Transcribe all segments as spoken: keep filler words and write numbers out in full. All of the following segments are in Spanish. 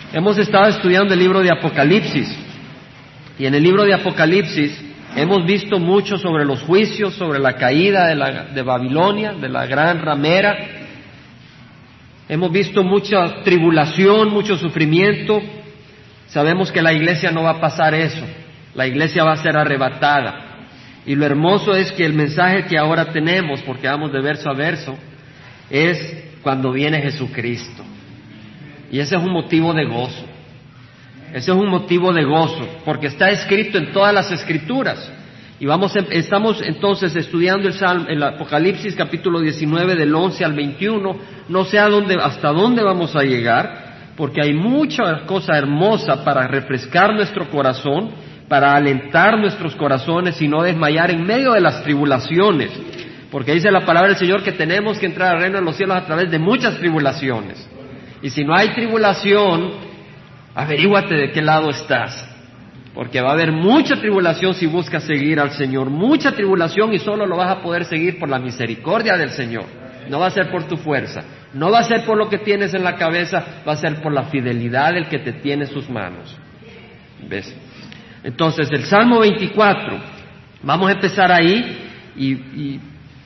Hemos estado estudiando el libro de Apocalipsis, y en el libro de Apocalipsis hemos visto mucho sobre los juicios, sobre la caída de, la, de Babilonia, de la gran ramera. Hemos visto mucha tribulación, mucho sufrimiento. Sabemos que la iglesia no va a pasar eso, la iglesia va a ser arrebatada. Y lo hermoso es que el mensaje que ahora tenemos, porque vamos de verso a verso, es cuando viene Jesucristo. Y ese es un motivo de gozo. Ese es un motivo de gozo, porque está escrito en todas las Escrituras. Y vamos, estamos entonces estudiando el, Salmo, el Apocalipsis capítulo diecinueve del once al veintiuno. No sé a dónde, hasta dónde vamos a llegar, porque hay mucha cosa hermosa para refrescar nuestro corazón, para alentar nuestros corazones y no desmayar en medio de las tribulaciones. Porque dice la palabra del Señor que tenemos que entrar al reino de los cielos a través de muchas tribulaciones. Y si no hay tribulación, averíguate de qué lado estás, porque va a haber mucha tribulación si buscas seguir al Señor, mucha tribulación, y solo lo vas a poder seguir por la misericordia del Señor. No va a ser por tu fuerza, no va a ser por lo que tienes en la cabeza, va a ser por la fidelidad del que te tiene en sus manos. ¿Ves? Entonces, el Salmo veinticuatro, vamos a empezar ahí y, y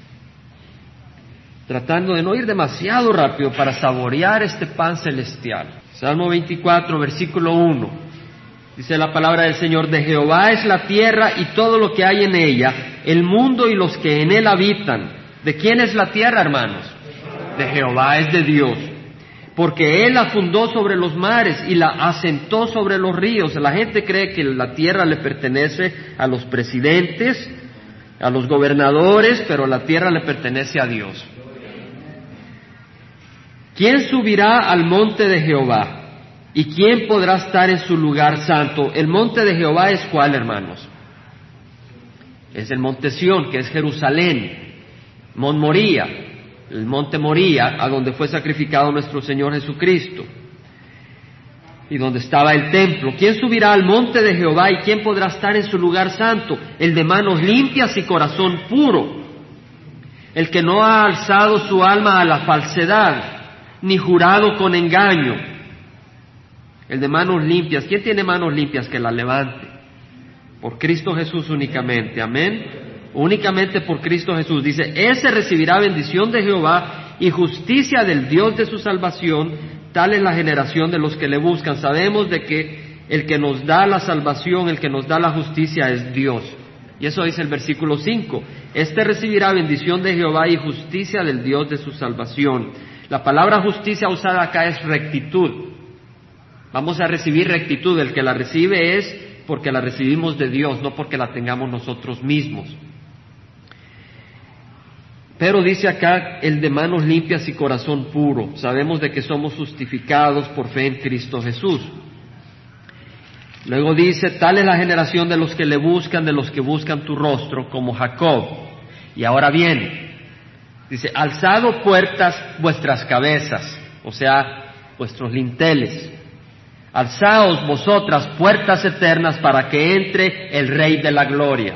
tratando de no ir demasiado rápido para saborear este pan celestial. Salmo veinticuatro, versículo uno, dice la palabra del Señor: de Jehová es la tierra y todo lo que hay en ella, el mundo y los que en él habitan. ¿De quién es la tierra, hermanos? De Jehová, es de Dios. Porque él la fundó sobre los mares y la asentó sobre los ríos. La gente cree que la tierra le pertenece a los presidentes, a los gobernadores, pero la tierra le pertenece a Dios. ¿Quién subirá al monte de Jehová? ¿Y quién podrá estar en su lugar santo? El monte de Jehová es ¿cuál, hermanos? Es el monte Sión, que es Jerusalén, Mont Moría, el monte Moría, a donde fue sacrificado nuestro Señor Jesucristo, y donde estaba el templo. ¿Quién subirá al monte de Jehová y quién podrá estar en su lugar santo? El de manos limpias y corazón puro, el que no ha alzado su alma a la falsedad, ni jurado con engaño. El de manos limpias. ¿Quién tiene manos limpias? Que la levante. Por Cristo Jesús únicamente. Amén. Únicamente por Cristo Jesús. Dice: ese recibirá bendición de Jehová y justicia del Dios de su salvación. Tal es la generación de los que le buscan. Sabemos de que el que nos da la salvación, el que nos da la justicia es Dios. Y eso dice el versículo cinco. Este recibirá bendición de Jehová y justicia del Dios de su salvación. La palabra justicia usada acá es rectitud. Vamos a recibir rectitud. El que la recibe es porque la recibimos de Dios, no porque la tengamos nosotros mismos. Pero dice acá: el de manos limpias y corazón puro. Sabemos de que somos justificados por fe en Cristo Jesús. Luego dice: tal es la generación de los que le buscan, de los que buscan tu rostro, como Jacob. Y ahora viene, dice: alzado puertas vuestras cabezas, o sea, vuestros linteles. Alzaos vosotras puertas eternas para que entre el Rey de la Gloria.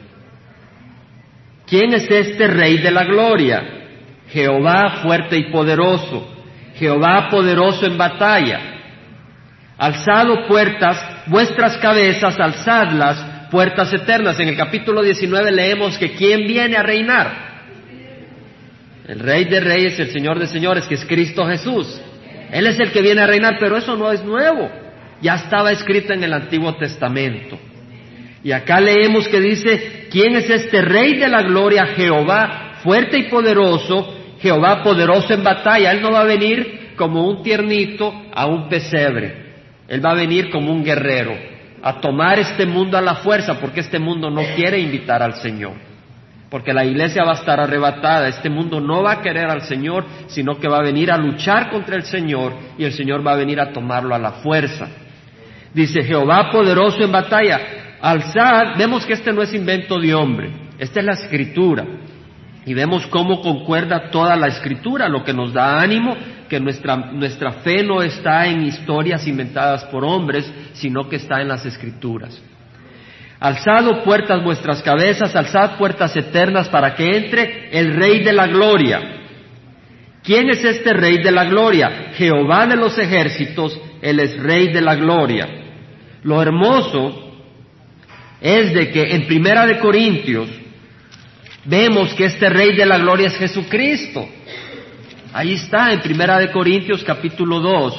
¿Quién es este Rey de la Gloria? Jehová fuerte y poderoso, Jehová poderoso en batalla. Alzado puertas vuestras cabezas, alzadlas puertas eternas. En el capítulo diecinueve leemos que ¿quién viene a reinar? El Rey de Reyes, el Señor de Señores, que es Cristo Jesús. Él es el que viene a reinar, pero eso no es nuevo. Ya estaba escrito en el Antiguo Testamento. Y acá leemos que dice: ¿quién es este Rey de la Gloria? Jehová fuerte y poderoso, Jehová poderoso en batalla. Él no va a venir como un tiernito a un pesebre. Él va a venir como un guerrero, a tomar este mundo a la fuerza, porque este mundo no quiere invitar al Señor. Porque la iglesia va a estar arrebatada. Este mundo no va a querer al Señor, sino que va a venir a luchar contra el Señor, y el Señor va a venir a tomarlo a la fuerza. Dice: Jehová poderoso en batalla. Alzad, vemos que este no es invento de hombre, esta es la Escritura. Y vemos cómo concuerda toda la Escritura, lo que nos da ánimo, que nuestra, nuestra fe no está en historias inventadas por hombres, sino que está en las Escrituras. Alzad puertas vuestras cabezas, alzad puertas eternas para que entre el Rey de la Gloria. ¿Quién es este Rey de la Gloria? Jehová de los ejércitos, Él es Rey de la gloria. Lo hermoso es de que en Primera de Corintios vemos que este Rey de la gloria es Jesucristo. Ahí está en Primera de Corintios capítulo dos,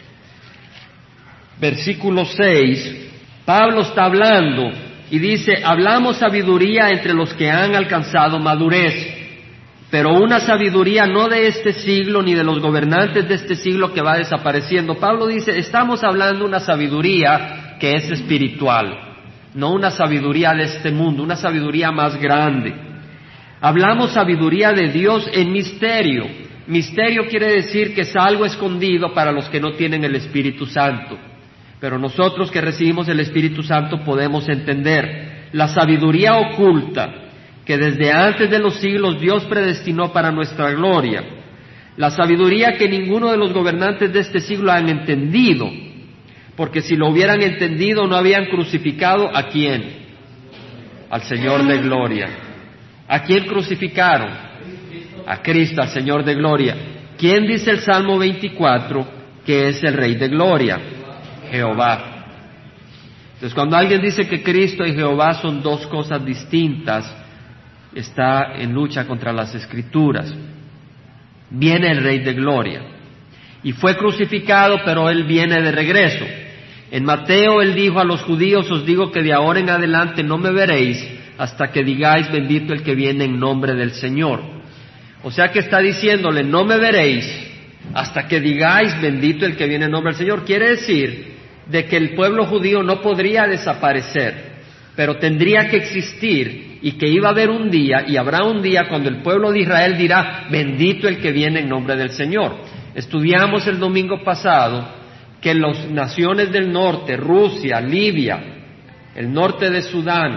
versículo seis. Pablo está hablando y dice: hablamos sabiduría entre los que han alcanzado madurez, pero una sabiduría no de este siglo ni de los gobernantes de este siglo que va desapareciendo. Pablo dice, estamos hablando una sabiduría que es espiritual, no una sabiduría de este mundo, una sabiduría más grande. Hablamos sabiduría de Dios en misterio. Misterio quiere decir que es algo escondido para los que no tienen el Espíritu Santo. Pero nosotros que recibimos el Espíritu Santo podemos entender la sabiduría oculta que desde antes de los siglos Dios predestinó para nuestra gloria. La sabiduría que ninguno de los gobernantes de este siglo han entendido, porque si lo hubieran entendido no habían crucificado ¿a quién? Al Señor de gloria. ¿A quién crucificaron? A Cristo, al Señor de gloria. ¿Quién dice el Salmo veinticuatro que es el Rey de gloria? Jehová. Entonces, cuando alguien dice que Cristo y Jehová son dos cosas distintas, está en lucha contra las Escrituras. Viene el Rey de gloria y fue crucificado, pero Él viene de regreso. En Mateo Él dijo a los judíos: os digo que de ahora en adelante no me veréis hasta que digáis bendito el que viene en nombre del Señor. O sea que está diciéndole: no me veréis hasta que digáis bendito el que viene en nombre del Señor. Quiere decir de que el pueblo judío no podría desaparecer, pero tendría que existir, y que iba a haber un día, y habrá un día cuando el pueblo de Israel dirá bendito el que viene en nombre del Señor. Estudiamos el domingo pasado que las naciones del norte, Rusia, Libia, el norte de Sudán,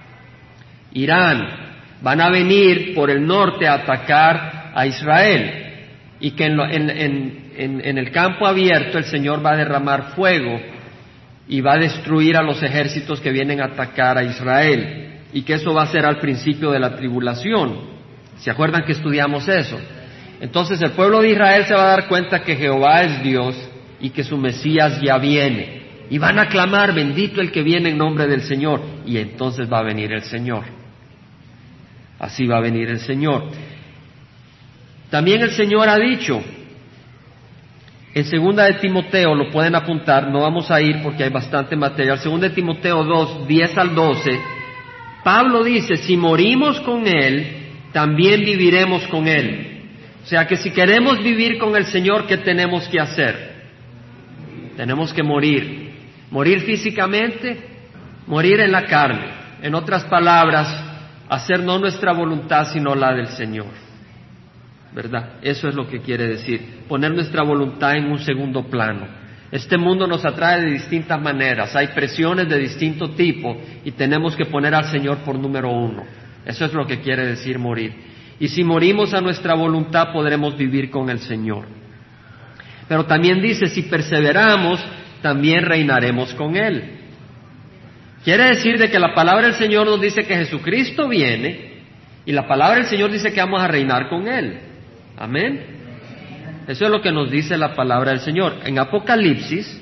Irán, van a venir por el norte a atacar a Israel, y que en, lo, en, en, en, en el campo abierto el Señor va a derramar fuego y va a destruir a los ejércitos que vienen a atacar a Israel, y que eso va a ser al principio de la tribulación. ¿Se acuerdan que estudiamos eso? Entonces el pueblo de Israel se va a dar cuenta que Jehová es Dios y que su Mesías ya viene, y van a clamar bendito el que viene en nombre del Señor, y entonces va a venir el Señor. Así va a venir el Señor. También el Señor ha dicho en segunda de Timoteo, lo pueden apuntar, no vamos a ir porque hay bastante material, segunda de Timoteo dos, diez al doce, Pablo dice: si morimos con Él, también viviremos con Él. O sea que si queremos vivir con el Señor, ¿qué tenemos que hacer? Tenemos que morir. Morir físicamente, morir en la carne. En otras palabras, hacer no nuestra voluntad, sino la del Señor. ¿Verdad? Eso es lo que quiere decir, poner nuestra voluntad en un segundo plano. Este mundo nos atrae de distintas maneras, hay presiones de distinto tipo y tenemos que poner al Señor por número uno. Eso es lo que quiere decir morir. Y si morimos a nuestra voluntad podremos vivir con el Señor. Pero también dice, si perseveramos, también reinaremos con Él. Quiere decir de que la palabra del Señor nos dice que Jesucristo viene y la palabra del Señor dice que vamos a reinar con Él. Amén. Eso es lo que nos dice la palabra del Señor. En Apocalipsis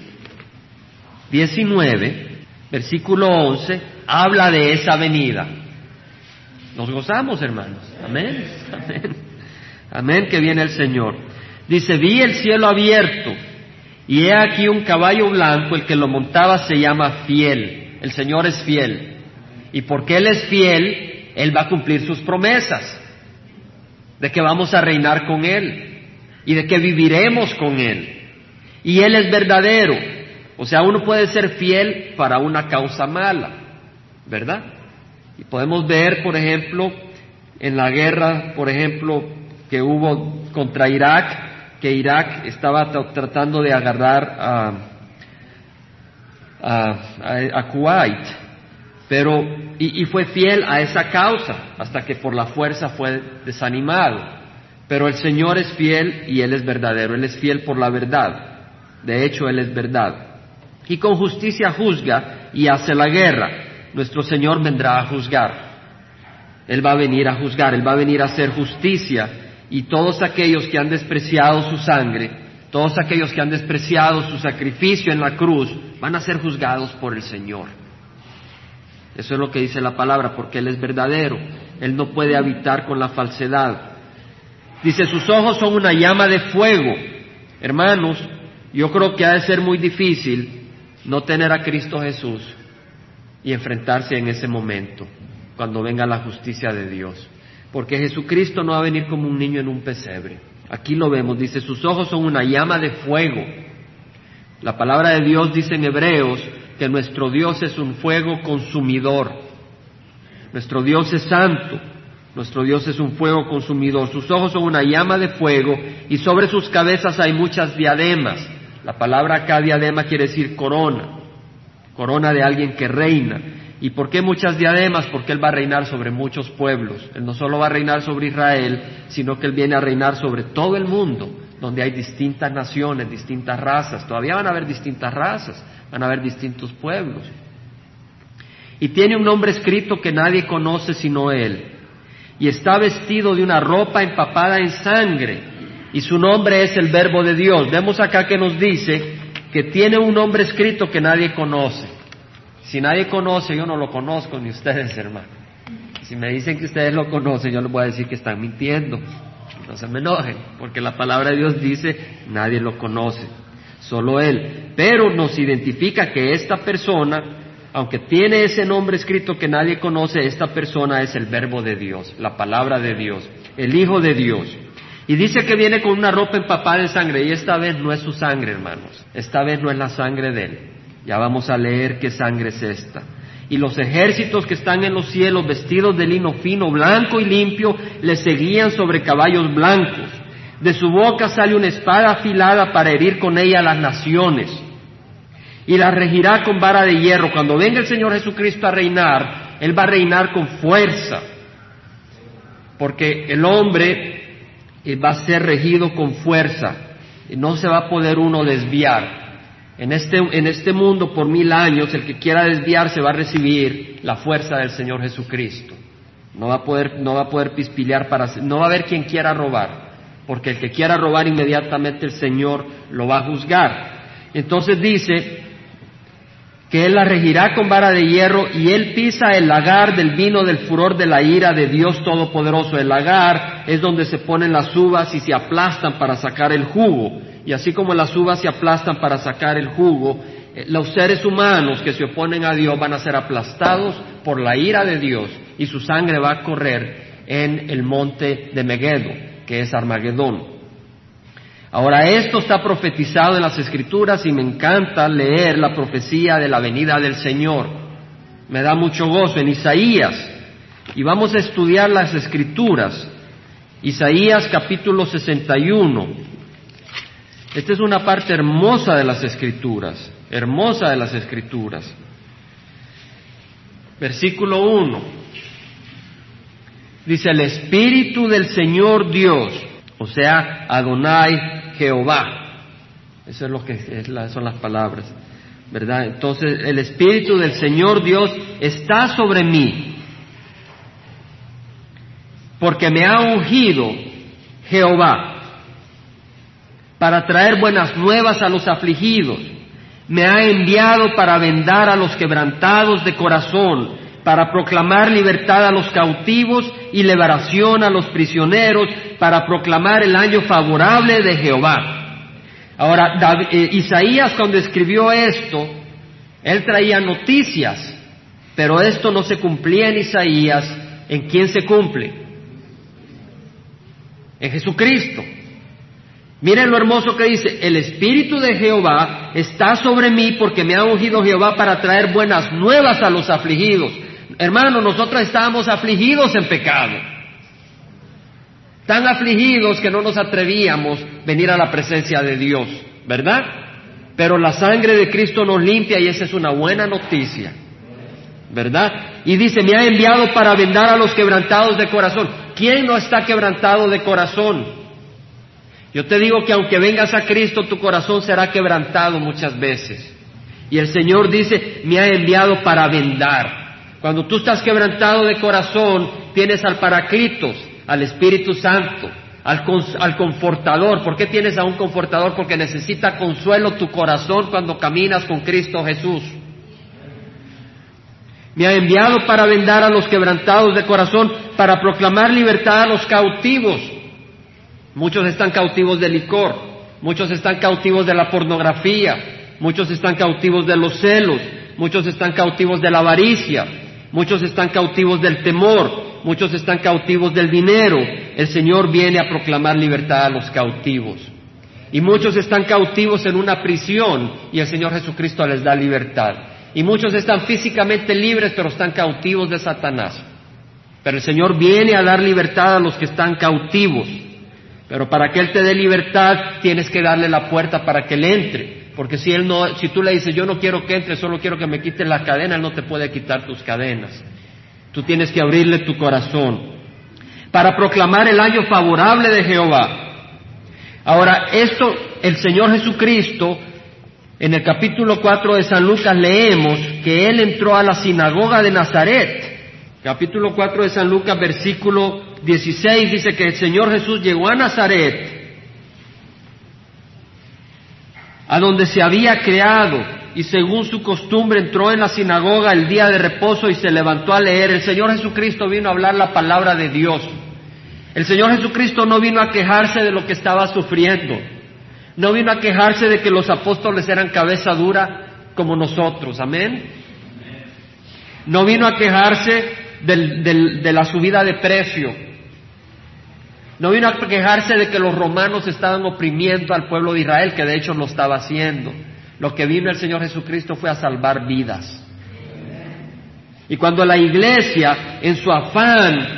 diecinueve, versículo once, habla de esa venida. Nos gozamos, hermanos. Amén. Amén. Amén, que viene el Señor. Dice, vi el cielo abierto y he aquí un caballo blanco, el que lo montaba se llama Fiel. El Señor es fiel. Y porque Él es fiel, Él va a cumplir sus promesas de que vamos a reinar con Él y de que viviremos con Él. Y Él es verdadero. O sea, uno puede ser fiel para una causa mala, ¿verdad? Y podemos ver, por ejemplo, en la guerra, por ejemplo, que hubo contra Irak, que Irak estaba t- tratando de agarrar a, a, a, a Kuwait, pero y, y fue fiel a esa causa hasta que por la fuerza fue desanimado. Pero el Señor es fiel y Él es verdadero. Él es fiel por la verdad. De hecho, Él es verdad. Y con justicia juzga y hace la guerra. Nuestro Señor vendrá a juzgar. Él va a venir a juzgar, Él va a venir a hacer justicia. Y todos aquellos que han despreciado su sangre Todos aquellos que han despreciado su sacrificio en la cruz van a ser juzgados por el Señor. Eso es lo que dice la palabra, porque Él es verdadero. Él no puede habitar con la falsedad. Dice, sus ojos son una llama de fuego. Hermanos, yo creo que ha de ser muy difícil no tener a Cristo Jesús y enfrentarse en ese momento, cuando venga la justicia de Dios. Porque Jesucristo no va a venir como un niño en un pesebre. Aquí lo vemos, dice, sus ojos son una llama de fuego. La palabra de Dios dice en Hebreos que nuestro Dios es un fuego consumidor. Nuestro Dios es santo, nuestro Dios es un fuego consumidor. Sus ojos son una llama de fuego y sobre sus cabezas hay muchas diademas. La palabra acá diadema quiere decir corona, corona de alguien que reina. ¿Y por qué muchas diademas? Porque Él va a reinar sobre muchos pueblos. Él no solo va a reinar sobre Israel, sino que Él viene a reinar sobre todo el mundo, donde hay distintas naciones, distintas razas. Todavía van a haber distintas razas, van a haber distintos pueblos. Y tiene un nombre escrito que nadie conoce sino Él. Y está vestido de una ropa empapada en sangre, y su nombre es el Verbo de Dios. Vemos acá que nos dice que tiene un nombre escrito que nadie conoce. Si nadie conoce, yo no lo conozco, ni ustedes, hermano. Si me dicen que ustedes lo conocen, yo les voy a decir que están mintiendo. No se me enojen, porque la palabra de Dios dice, nadie lo conoce, solo Él. Pero nos identifica que esta persona, aunque tiene ese nombre escrito que nadie conoce, esta persona es el Verbo de Dios, la palabra de Dios, el Hijo de Dios. Y dice que viene con una ropa empapada en sangre, y esta vez no es su sangre, hermanos. Esta vez no es la sangre de Él. Ya vamos a leer qué sangre es esta. Y los ejércitos que están en los cielos, vestidos de lino fino, blanco y limpio, le seguían sobre caballos blancos. De su boca sale una espada afilada para herir con ella a las naciones. Y las regirá con vara de hierro. Cuando venga el Señor Jesucristo a reinar, Él va a reinar con fuerza. Porque el hombre va a ser regido con fuerza. Y no se va a poder uno desviar. En este, en este mundo, por mil años, el que quiera desviarse va a recibir la fuerza del Señor Jesucristo. No va a poder, no va a poder pispilear para, no va a haber quien quiera robar, porque el que quiera robar inmediatamente el Señor lo va a juzgar. Entonces dice que Él la regirá con vara de hierro y Él pisa el lagar del vino del furor de la ira de Dios Todopoderoso. El lagar es donde se ponen las uvas y se aplastan para sacar el jugo. Y así como las uvas se aplastan para sacar el jugo, los seres humanos que se oponen a Dios van a ser aplastados por la ira de Dios y su sangre va a correr en el monte de Megiddo, que es Armagedón. Ahora, esto está profetizado en las Escrituras y me encanta leer la profecía de la venida del Señor. Me da mucho gozo en Isaías. Y vamos a estudiar las Escrituras. Isaías capítulo sesenta y uno. Esta es una parte hermosa de las Escrituras, hermosa de las Escrituras. Versículo uno. Dice, el Espíritu del Señor Dios, o sea, Adonai Jehová. Eso es lo que es la, son las palabras, ¿verdad? Entonces, el Espíritu del Señor Dios está sobre mí, porque me ha ungido Jehová para traer buenas nuevas a los afligidos. Me ha enviado para vendar a los quebrantados de corazón, para proclamar libertad a los cautivos y liberación a los prisioneros, para proclamar el año favorable de Jehová. Ahora, David, eh, Isaías cuando escribió esto, él traía noticias, pero esto no se cumplía en Isaías. ¿En quién se cumple? En Jesucristo. Miren lo hermoso que dice, el Espíritu de Jehová está sobre mí porque me ha ungido Jehová para traer buenas nuevas a los afligidos. Hermanos, nosotros estábamos afligidos en pecado, tan afligidos que no nos atrevíamos a venir a la presencia de Dios, ¿verdad? Pero la sangre de Cristo nos limpia y esa es una buena noticia, ¿verdad? Y dice, me ha enviado para vendar a los quebrantados de corazón. ¿Quién no está quebrantado de corazón? Yo te digo que aunque vengas a Cristo, tu corazón será quebrantado muchas veces. Y el Señor dice, me ha enviado para vendar. Cuando tú estás quebrantado de corazón, tienes al Paracletos, al Espíritu Santo, al, cons, al confortador. ¿Por qué tienes a un confortador? Porque necesita consuelo tu corazón cuando caminas con Cristo Jesús. Me ha enviado para vendar a los quebrantados de corazón, para proclamar libertad a los cautivos. Muchos están cautivos del licor, muchos están cautivos de la pornografía, muchos están cautivos de los celos, muchos están cautivos de la avaricia, muchos están cautivos del temor, muchos están cautivos del dinero. El Señor viene a proclamar libertad a los cautivos. Y muchos están cautivos en una prisión y el Señor Jesucristo les da libertad. Y muchos están físicamente libres, pero están cautivos de Satanás. Pero el Señor viene a dar libertad a los que están cautivos. Pero para que Él te dé libertad, tienes que darle la puerta para que Él entre. Porque si Él no, si tú le dices, yo no quiero que entre, solo quiero que me quites la cadena, Él no te puede quitar tus cadenas. Tú tienes que abrirle tu corazón. Para proclamar el año favorable de Jehová. Ahora, esto, el Señor Jesucristo, en el capítulo cuatro de San Lucas leemos que Él entró a la sinagoga de Nazaret. Capítulo cuatro de San Lucas, versículo dieciséis, dice que el Señor Jesús llegó a Nazaret, a donde se había creado, y según su costumbre entró en la sinagoga el día de reposo y se levantó a leer. El Señor Jesucristo vino a hablar la palabra de Dios. El Señor Jesucristo no vino a quejarse de lo que estaba sufriendo. No vino a quejarse de que los apóstoles eran cabeza dura como nosotros, amén. No vino a quejarse del, del, de la subida de precio. No vino a quejarse de que los romanos estaban oprimiendo al pueblo de Israel, que de hecho lo estaba haciendo. Lo que vino el Señor Jesucristo fue a salvar vidas. Y cuando la iglesia, en su afán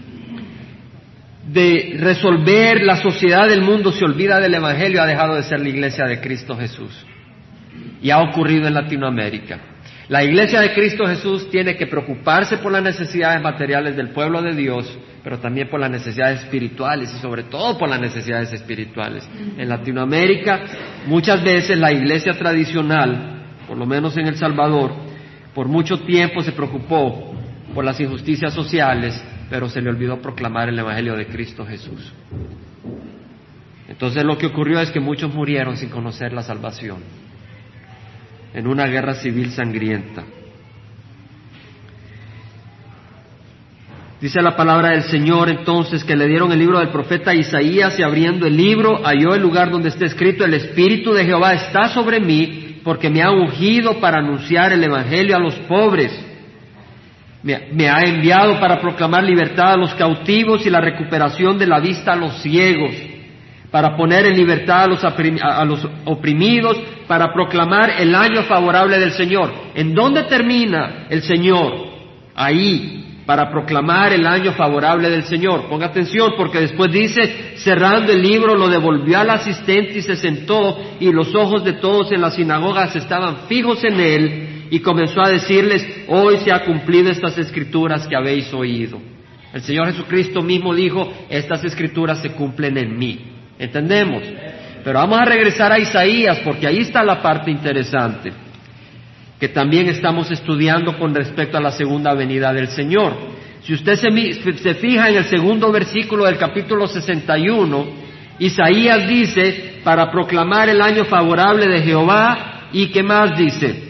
de resolver la sociedad del mundo, se olvida del Evangelio, ha dejado de ser la iglesia de Cristo Jesús. Y ha ocurrido en Latinoamérica. La iglesia de Cristo Jesús tiene que preocuparse por las necesidades materiales del pueblo de Dios, pero también por las necesidades espirituales y sobre todo por las necesidades espirituales. En Latinoamérica, muchas veces la iglesia tradicional, por lo menos en El Salvador, por mucho tiempo se preocupó por las injusticias sociales, pero se le olvidó proclamar el Evangelio de Cristo Jesús. Entonces lo que ocurrió es que muchos murieron sin conocer la salvación, en una guerra civil sangrienta. Dice la palabra del Señor entonces que le dieron el libro del profeta Isaías, y abriendo el libro halló el lugar donde está escrito: el Espíritu de Jehová está sobre mí, porque me ha ungido para anunciar el Evangelio a los pobres. Me, me ha enviado para proclamar libertad a los cautivos y la recuperación de la vista a los ciegos, para poner en libertad a los, a los oprimidos, para proclamar el año favorable del Señor. ¿En dónde termina el Señor? Ahí, para proclamar el año favorable del Señor. Ponga atención, porque después dice, cerrando el libro, lo devolvió al asistente y se sentó, y los ojos de todos en la sinagoga estaban fijos en él, y comenzó a decirles: hoy se ha cumplido estas escrituras que habéis oído. El Señor Jesucristo mismo dijo: estas escrituras se cumplen en mí. ¿Entendemos? Pero vamos a regresar a Isaías, porque ahí está la parte interesante que también estamos estudiando con respecto a la segunda venida del Señor. Si usted se, se fija en el segundo versículo del capítulo sesenta y uno, Isaías dice: para proclamar el año favorable de Jehová, y ¿qué más dice?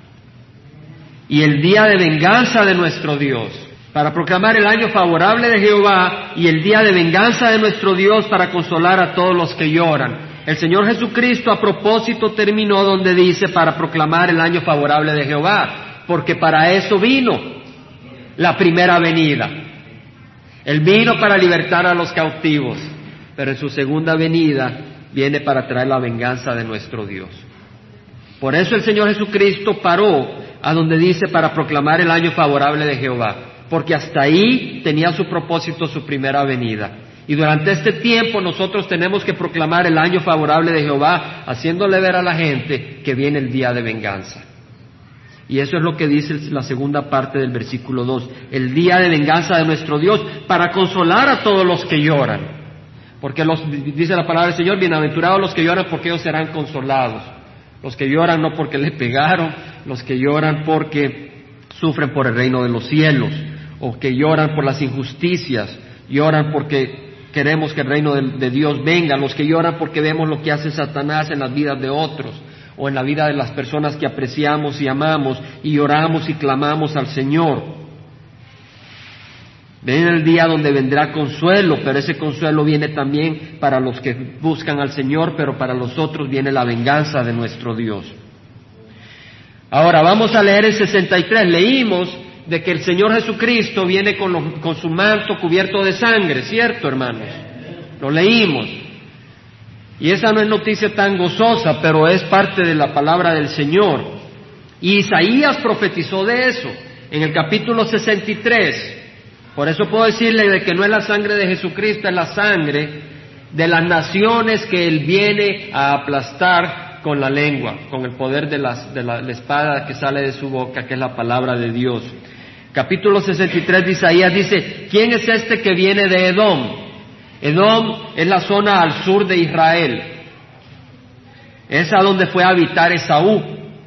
Y el día de venganza de nuestro Dios. Para proclamar el año favorable de Jehová y el día de venganza de nuestro Dios, para consolar a todos los que lloran. El Señor Jesucristo a propósito terminó donde dice: para proclamar el año favorable de Jehová, porque para eso vino la primera venida. Él vino para libertar a los cautivos, pero en su segunda venida viene para traer la venganza de nuestro Dios. Por eso el Señor Jesucristo paró a donde dice: para proclamar el año favorable de Jehová, porque hasta ahí tenía su propósito su primera venida. Y durante este tiempo nosotros tenemos que proclamar el año favorable de Jehová, haciéndole ver a la gente que viene el día de venganza. Y eso es lo que dice la segunda parte del versículo dos: el día de venganza de nuestro Dios, para consolar a todos los que lloran. Porque los, dice la palabra del Señor: bienaventurados los que lloran, porque ellos serán consolados. Los que lloran no porque le pegaron, los que lloran porque sufren por el reino de los cielos, o que lloran por las injusticias, lloran porque queremos que el reino de, de Dios venga, los que lloran porque vemos lo que hace Satanás en las vidas de otros, o en la vida de las personas que apreciamos y amamos, y oramos y clamamos al Señor. Viene el día donde vendrá consuelo, pero ese consuelo viene también para los que buscan al Señor, pero para los otros viene la venganza de nuestro Dios. Ahora vamos a leer el sesenta y tres. Leímos de que el Señor Jesucristo viene con, los, con su manto cubierto de sangre, ¿cierto, hermanos? Lo leímos. Y esa no es noticia tan gozosa, pero es parte de la palabra del Señor. Y Isaías profetizó de eso en el capítulo sesenta y tres. Por eso puedo decirle de que no es la sangre de Jesucristo, es la sangre de las naciones que Él viene a aplastar con la lengua, con el poder de, las, de la, la espada que sale de su boca, que es la palabra de Dios. Capítulo sesenta y tres de Isaías dice, ¿quién es este que viene de Edom? Edom es la zona al sur de Israel. Es a donde fue a habitar Esaú.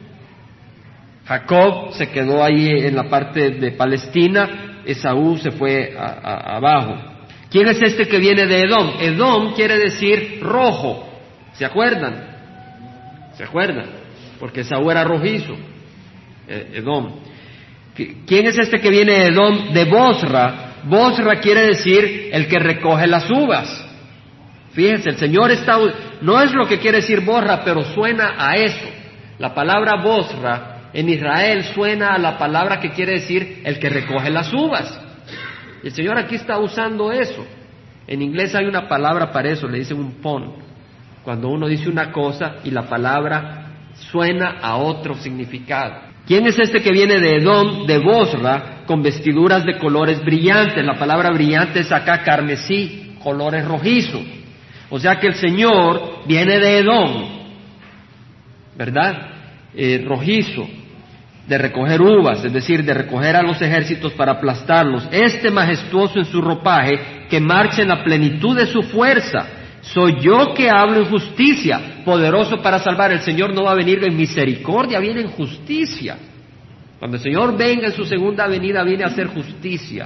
Jacob se quedó ahí en la parte de Palestina, Esaú se fue a, a, abajo. ¿Quién es este que viene de Edom? Edom quiere decir rojo, ¿se acuerdan? ¿Se acuerdan? Porque Esaú era rojizo, Edom. ¿Quién es este que viene de Edom? De Bosra. Bosra quiere decir el que recoge las uvas. Fíjense, el Señor está... No es lo que quiere decir Bosra, pero suena a eso. La palabra Bosra en Israel suena a la palabra que quiere decir el que recoge las uvas. El Señor aquí está usando eso. En inglés hay una palabra para eso, le dicen un pon. Cuando uno dice una cosa y la palabra suena a otro significado. ¿Quién es este que viene de Edom, de Bosra, con vestiduras de colores brillantes? La palabra brillante es acá carmesí, colores rojizos. O sea que el Señor viene de Edom, ¿verdad? Eh, rojizo, de recoger uvas, es decir, de recoger a los ejércitos para aplastarlos. Este majestuoso en su ropaje, que marcha en la plenitud de su fuerza. Soy yo que hablo en justicia, poderoso para salvar. El Señor no va a venir en misericordia, viene en justicia. Cuando el Señor venga en su segunda venida, viene a hacer justicia.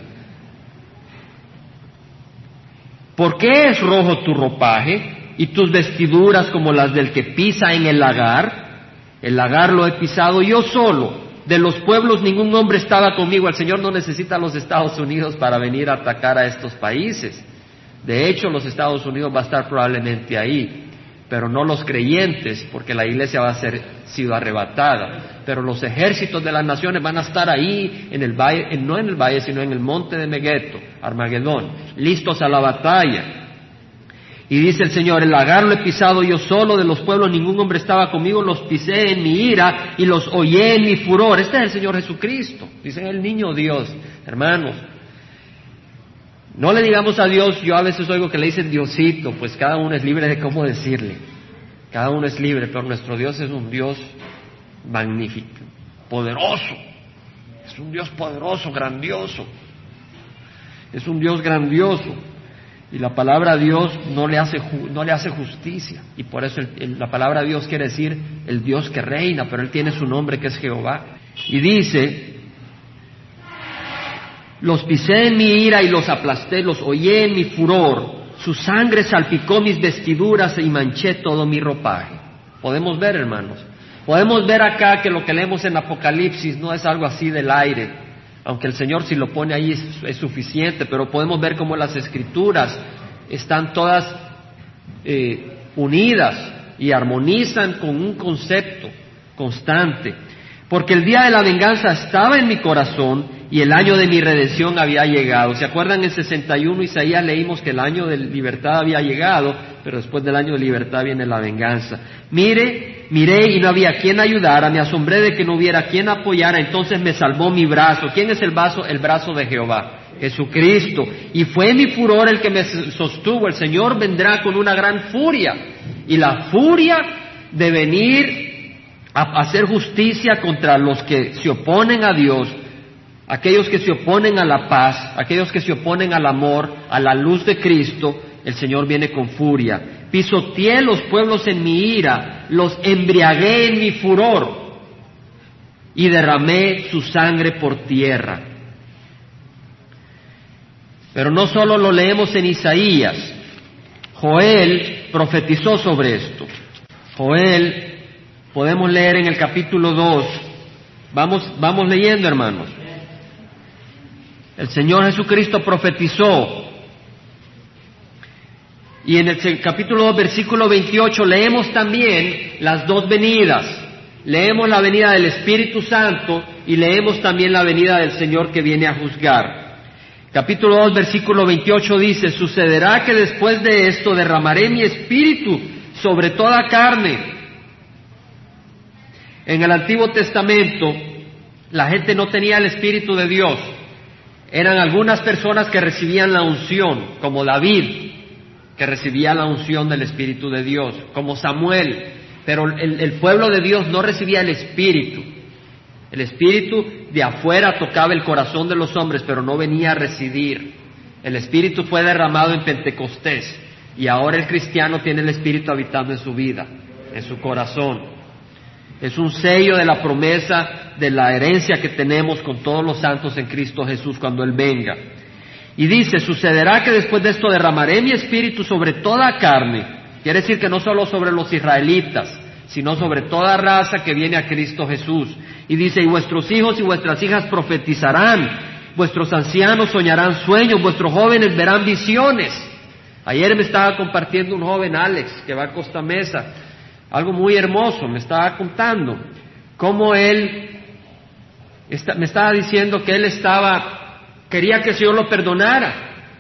¿Por qué es rojo tu ropaje y tus vestiduras como las del que pisa en el lagar? El lagar lo he pisado yo solo. De los pueblos ningún hombre estaba conmigo. El Señor no necesita a los Estados Unidos para venir a atacar a estos países. De hecho, los Estados Unidos va a estar probablemente ahí, pero no los creyentes, porque la iglesia va a ser sido arrebatada. Pero los ejércitos de las naciones van a estar ahí, en el valle, no en el valle, sino en el monte de Megueto, Armagedón, listos a la batalla. Y dice el Señor, el lagar lo he pisado yo solo, de los pueblos ningún hombre estaba conmigo, los pisé en mi ira y los hollé en mi furor. Este es el Señor Jesucristo, dice el niño Dios, hermanos. No le digamos a Dios, yo a veces oigo que le dicen Diosito, pues cada uno es libre de cómo decirle. Cada uno es libre, pero nuestro Dios es un Dios magnífico, poderoso. Es un Dios poderoso, grandioso. Es un Dios grandioso. Y la palabra Dios no le hace, no le hace justicia. Y por eso el, el, la palabra Dios quiere decir el Dios que reina, pero Él tiene su nombre que es Jehová. Y dice... Los pisé en mi ira y los aplasté, los hollé en mi furor. Su sangre salpicó mis vestiduras y manché todo mi ropaje. Podemos ver, hermanos. Podemos ver acá que lo que leemos en Apocalipsis no es algo así del aire. Aunque el Señor si lo pone ahí es, es suficiente, pero podemos ver cómo las Escrituras están todas eh, unidas y armonizan con un concepto constante. Porque el día de la venganza estaba en mi corazón y el año de mi redención había llegado. ¿Se acuerdan? En sesenta y uno Isaías leímos que el año de libertad había llegado, pero después del año de libertad viene la venganza. Mire, miré y no había quien ayudara, me asombré de que no hubiera quien apoyara, entonces me salvó mi brazo. ¿Quién es el brazo? El brazo de Jehová, Jesucristo. Y fue mi furor el que me sostuvo. El Señor vendrá con una gran furia, y la furia de venir a hacer justicia contra los que se oponen a Dios, aquellos que se oponen a la paz, aquellos que se oponen al amor, a la luz de Cristo. El Señor viene con furia. Pisoteé los pueblos en mi ira, los embriagué en mi furor y derramé su sangre por tierra. Pero no solo lo leemos en Isaías, Joel profetizó sobre esto. Joel, podemos leer en el capítulo dos, vamos, vamos leyendo, hermanos. El Señor Jesucristo profetizó, y en el capítulo dos, versículo veintiocho, leemos también las dos venidas. Leemos la venida del Espíritu Santo y leemos también la venida del Señor que viene a juzgar. Capítulo dos, versículo veintiocho dice: sucederá que después de esto derramaré mi espíritu sobre toda carne. En el Antiguo Testamento la gente no tenía el Espíritu de Dios. Eran algunas personas que recibían la unción, como David, que recibía la unción del Espíritu de Dios, como Samuel, pero el, el pueblo de Dios no recibía el Espíritu. El Espíritu de afuera tocaba el corazón de los hombres, pero no venía a residir. El Espíritu fue derramado en Pentecostés, y ahora el cristiano tiene el Espíritu habitando en su vida, en su corazón. Es un sello de la promesa de la herencia que tenemos con todos los santos en Cristo Jesús cuando Él venga. Y dice: sucederá que después de esto derramaré mi espíritu sobre toda carne. Quiere decir que no solo sobre los israelitas, sino sobre toda raza que viene a Cristo Jesús. Y dice: y vuestros hijos y vuestras hijas profetizarán, vuestros ancianos soñarán sueños, vuestros jóvenes verán visiones. Ayer me estaba compartiendo un joven, Alex, que va a Costa Mesa, algo muy hermoso, me estaba contando cómo él, está, me estaba diciendo que él estaba... quería que el Señor lo perdonara,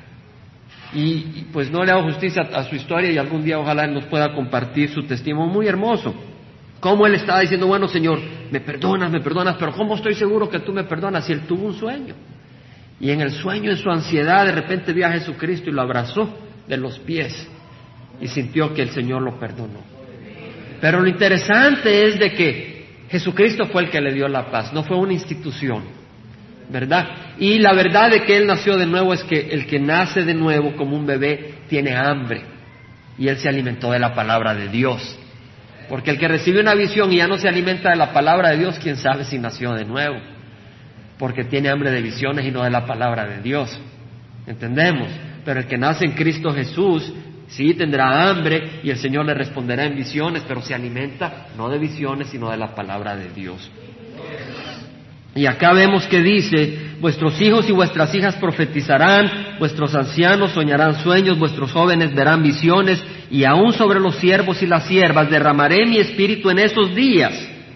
y, y pues no le hago justicia a, a su historia, y algún día ojalá Él nos pueda compartir su testimonio muy hermoso, cómo él estaba diciendo: bueno, Señor, me perdonas, me perdonas, pero ¿cómo estoy seguro que tú me perdonas? Si él tuvo un sueño, y en el sueño, en su ansiedad, de repente vio a Jesucristo y lo abrazó de los pies, y sintió que el Señor lo perdonó. Pero lo interesante es de que Jesucristo fue el que le dio la paz, no fue una institución, ¿verdad? Y la verdad de que él nació de nuevo es que el que nace de nuevo como un bebé tiene hambre, y él se alimentó de la palabra de Dios. Porque el que recibe una visión y ya no se alimenta de la palabra de Dios, quién sabe si nació de nuevo, porque tiene hambre de visiones y no de la palabra de Dios. ¿Entendemos? Pero el que nace en Cristo Jesús sí tendrá hambre, y el Señor le responderá en visiones, pero se alimenta no de visiones sino de la palabra de Dios. Y acá vemos que dice: vuestros hijos y vuestras hijas profetizarán, vuestros ancianos soñarán sueños, vuestros jóvenes verán visiones, y aún sobre los siervos y las siervas derramaré mi espíritu en esos días.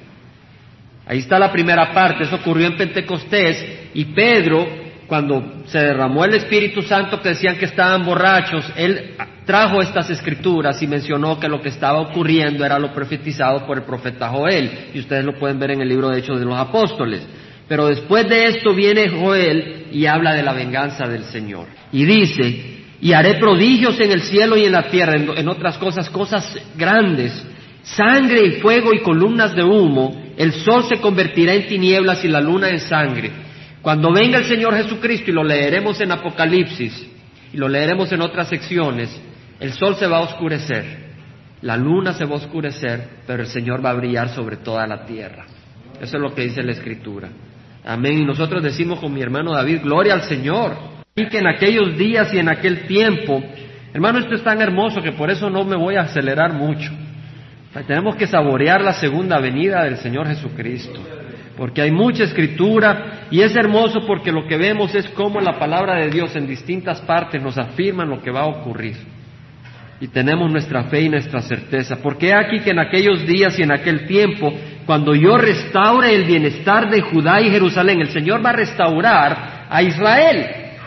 Ahí está la primera parte, eso ocurrió en Pentecostés, y Pedro, cuando se derramó el Espíritu Santo, que decían que estaban borrachos, él trajo estas escrituras y mencionó que lo que estaba ocurriendo era lo profetizado por el profeta Joel, y ustedes lo pueden ver en el libro de Hechos de los Apóstoles. Pero después de esto viene Joel y habla de la venganza del Señor. Y dice: y haré prodigios en el cielo y en la tierra, en, en otras cosas, cosas grandes, sangre y fuego y columnas de humo, el sol se convertirá en tinieblas y la luna en sangre. Cuando venga el Señor Jesucristo, y lo leeremos en Apocalipsis, y lo leeremos en otras secciones, el sol se va a oscurecer, la luna se va a oscurecer, pero el Señor va a brillar sobre toda la tierra. Eso es lo que dice la Escritura. Amén. Y nosotros decimos con mi hermano David: gloria al Señor. Y que en aquellos días y en aquel tiempo, hermano, esto es tan hermoso que por eso no me voy a acelerar mucho. Tenemos que saborear la segunda venida del Señor Jesucristo, porque hay mucha escritura, y es hermoso porque lo que vemos es cómo la palabra de Dios en distintas partes nos afirma lo que va a ocurrir, y tenemos nuestra fe y nuestra certeza. Porque he aquí que en aquellos días y en aquel tiempo, cuando yo restaure el bienestar de Judá y Jerusalén, el Señor va a restaurar a Israel.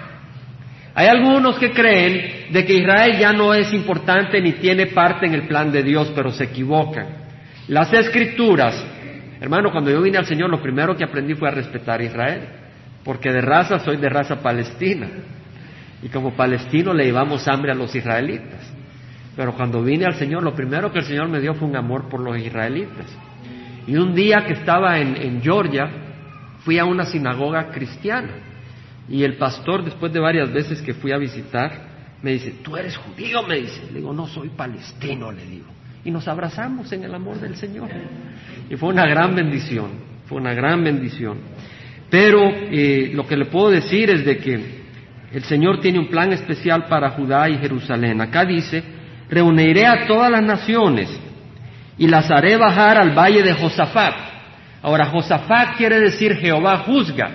Hay algunos que creen de que Israel ya no es importante ni tiene parte en el plan de Dios, pero se equivocan. Las Escrituras, hermano, cuando yo vine al Señor, lo primero que aprendí fue a respetar a Israel, porque de raza soy de raza palestina, y como palestino le llevamos hambre a los israelitas. Pero cuando vine al Señor, lo primero que el Señor me dio fue un amor por los israelitas. Y un día que estaba en, en Georgia, fui a una sinagoga cristiana, y el pastor, después de varias veces que fui a visitar, me dice: ¿tú eres judío? Me dice. Le digo: no, soy palestino, le digo. Y nos abrazamos en el amor del Señor. Y fue una gran bendición, fue una gran bendición. Pero eh, lo que le puedo decir es de que El Señor tiene un plan especial para Judá y Jerusalén. Acá dice, reuniré a todas las naciones y las haré bajar al valle de Josafat. Ahora, Josafat quiere decir Jehová juzga.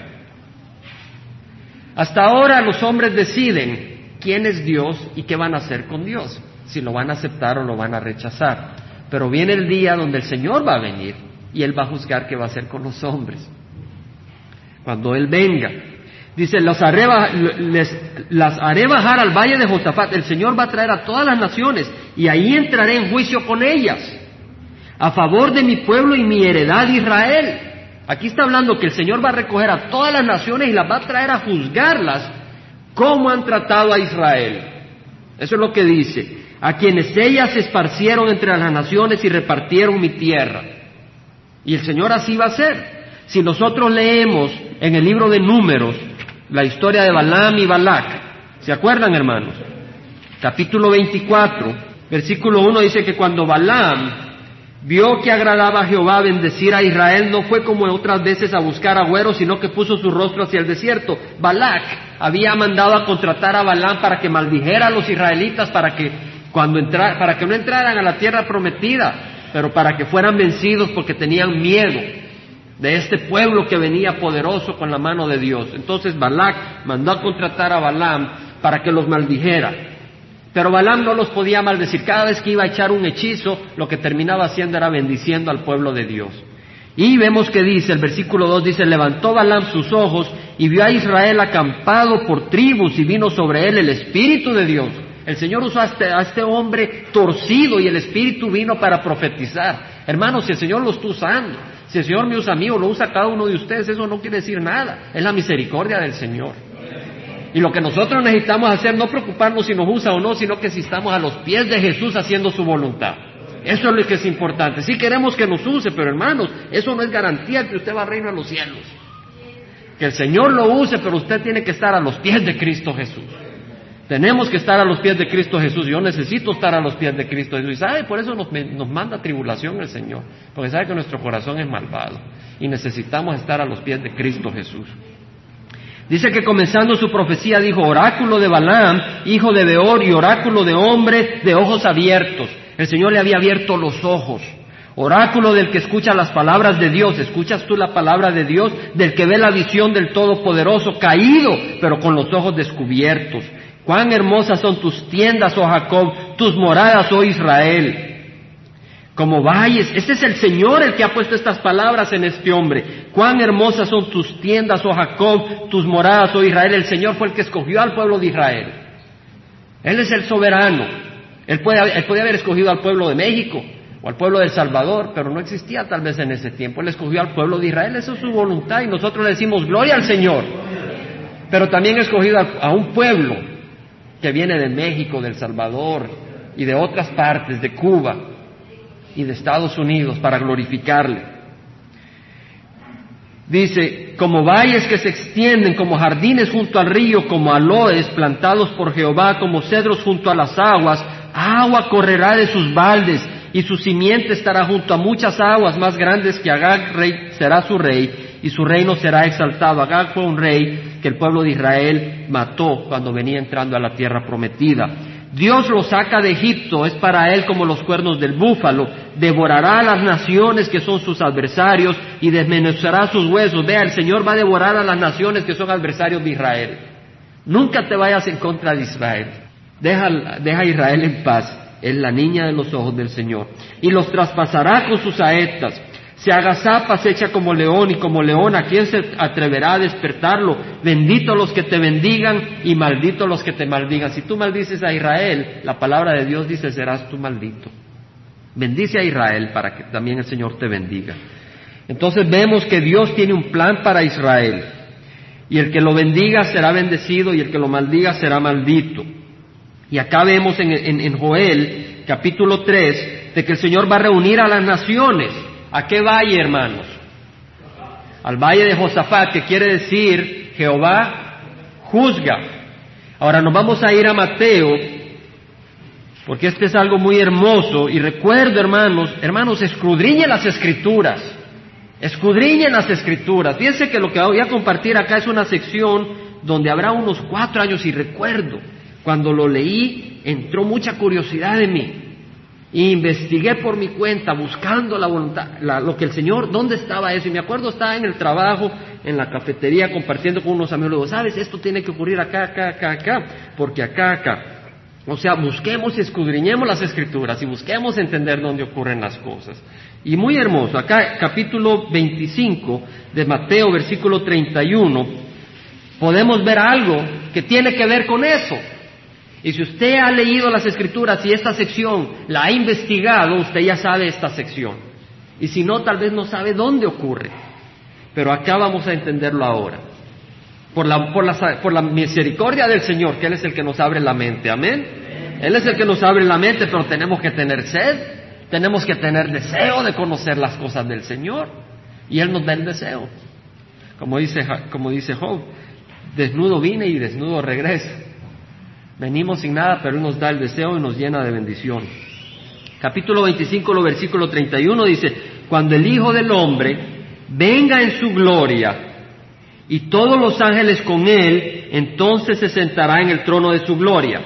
Hasta ahora los hombres deciden quién es Dios y qué van a hacer con Dios, si lo van a aceptar o lo van a rechazar. Pero viene el día donde el Señor va a venir y Él va a juzgar qué va a hacer con los hombres. Cuando Él venga, dice, los haré, les, las haré bajar al valle de Josafat. El Señor va a traer a todas las naciones y ahí entraré en juicio con ellas, a favor de mi pueblo y mi heredad Israel. Aquí está hablando que el Señor va a recoger a todas las naciones y las va a traer a juzgarlas como han tratado a Israel. Eso es lo que dice, a quienes ellas se esparcieron entre las naciones y repartieron mi tierra. Y el Señor así va a hacer. Si nosotros leemos en el libro de Números la historia de Balaam y Balac, ¿se acuerdan, hermanos? Capítulo veinticuatro, versículo uno dice que cuando Balaam vio que agradaba a Jehová bendecir a Israel, no fue como otras veces a buscar agüeros, sino que puso su rostro hacia el desierto. Balac había mandado a contratar a Balaam para que maldijera a los israelitas, para que cuando entra, para que no entraran a la tierra prometida, pero para que fueran vencidos porque tenían miedo de este pueblo que venía poderoso con la mano de Dios. Entonces Balac mandó a contratar a Balaam para que los maldijera. Pero Balaam no los podía maldecir. Cada vez que iba a echar un hechizo, lo que terminaba haciendo era bendiciendo al pueblo de Dios. Y vemos que dice, el versículo dos dice, levantó Balaam sus ojos y vio a Israel acampado por tribus y vino sobre él el Espíritu de Dios. El Señor usó a este, a este hombre torcido y el Espíritu vino para profetizar. Hermanos, si el Señor lo está usando, si el Señor me usa a mí o lo usa a cada uno de ustedes, eso no quiere decir nada. Es la misericordia del Señor. Y lo que nosotros necesitamos hacer, no preocuparnos si nos usa o no, sino que si estamos a los pies de Jesús haciendo su voluntad. Eso es lo que es importante. Sí queremos que nos use, pero hermanos, eso no es garantía que usted va al reino de los cielos. Que el Señor lo use, pero usted tiene que estar a los pies de Cristo Jesús. Tenemos que estar a los pies de Cristo Jesús. Yo necesito estar a los pies de Cristo Jesús. Y sabe, por eso nos, nos manda tribulación el Señor. Porque sabe que nuestro corazón es malvado. Y necesitamos estar a los pies de Cristo Jesús. Dice que comenzando su profecía dijo, oráculo de Balaam, hijo de Beor, y oráculo de hombre de ojos abiertos. El Señor le había abierto los ojos. Oráculo del que escucha las palabras de Dios. ¿Escuchas tú la palabra de Dios? Del que ve la visión del Todopoderoso, caído, pero con los ojos descubiertos. Cuán hermosas son tus tiendas, oh Jacob, tus moradas, oh Israel. Como valles, ese es el Señor el que ha puesto estas palabras en este hombre. Cuán hermosas son tus tiendas, oh Jacob, tus moradas, oh Israel. El Señor fue el que escogió al pueblo de Israel. Él es el soberano. Él puede, él puede haber escogido al pueblo de México o al pueblo de El Salvador, pero no existía tal vez en ese tiempo. Él escogió al pueblo de Israel, eso es su voluntad y nosotros le decimos gloria al Señor. Pero también ha escogido a, a un pueblo que viene de México, de El Salvador y de otras partes, de Cuba y de Estados Unidos, para glorificarle. Dice, como valles que se extienden, como jardines junto al río, como aloes plantados por Jehová, como cedros junto a las aguas, agua correrá de sus baldes, y su simiente estará junto a muchas aguas más grandes que Agag, rey, será su rey, y su reino será exaltado. Agag fue un rey que el pueblo de Israel mató cuando venía entrando a la tierra prometida. Dios lo saca de Egipto, es para él como los cuernos del búfalo, devorará a las naciones que son sus adversarios y desmenuzará sus huesos. Vea, el Señor va a devorar a las naciones que son adversarios de Israel. Nunca te vayas en contra de Israel. Deja, deja a Israel en paz. Es la niña de los ojos del Señor. Y los traspasará con sus saetas. Se agazapa, se echa como león, y como león, ¿a quién se atreverá a despertarlo? Bendito los que te bendigan y maldito los que te maldigan. Si tú maldices a Israel, la palabra de Dios dice, serás tú maldito. Bendice a Israel para que también el Señor te bendiga. Entonces vemos que Dios tiene un plan para Israel. Y el que lo bendiga será bendecido y el que lo maldiga será maldito. Y acá vemos en, en, en Joel, capítulo tres, de que el Señor va a reunir a las naciones. ¿A qué valle, hermanos? Al valle de Josafat, que quiere decir Jehová juzga. Ahora nos vamos a ir a Mateo, porque este es algo muy hermoso. Y recuerdo, hermanos, hermanos, escudriñen las Escrituras. Escudriñen las Escrituras. Fíjense que lo que voy a compartir acá es una sección donde habrá unos cuatro años, y recuerdo, cuando lo leí, entró mucha curiosidad en mí. Y investigué por mi cuenta, buscando la voluntad, la, lo que el Señor, ¿dónde estaba eso? Y me acuerdo, estaba en el trabajo, en la cafetería, compartiendo con unos amigos. Luego, ¿sabes? Esto tiene que ocurrir acá, acá, acá, acá, porque acá, acá. O sea, busquemos y escudriñemos las Escrituras y busquemos entender dónde ocurren las cosas. Y muy hermoso, acá capítulo veinticinco de Mateo, versículo treinta y uno, podemos ver algo que tiene que ver con eso. Y si usted ha leído las Escrituras y esta sección la ha investigado, usted ya sabe esta sección. Y si no, tal vez no sabe dónde ocurre. Pero acá vamos a entenderlo ahora. Por la, por la, por la misericordia del Señor, que Él es el que nos abre la mente. Amén. Él es el que nos abre la mente, pero tenemos que tener sed, tenemos que tener deseo de conocer las cosas del Señor. Y Él nos da el deseo. Como dice, como dice Job, desnudo vine y desnudo regreso. Venimos sin nada, pero Él nos da el deseo y nos llena de bendición. Capítulo veinticinco, lo versículo treinta y uno dice: cuando el Hijo del Hombre venga en su gloria y todos los ángeles con Él, entonces se sentará en el trono de su gloria.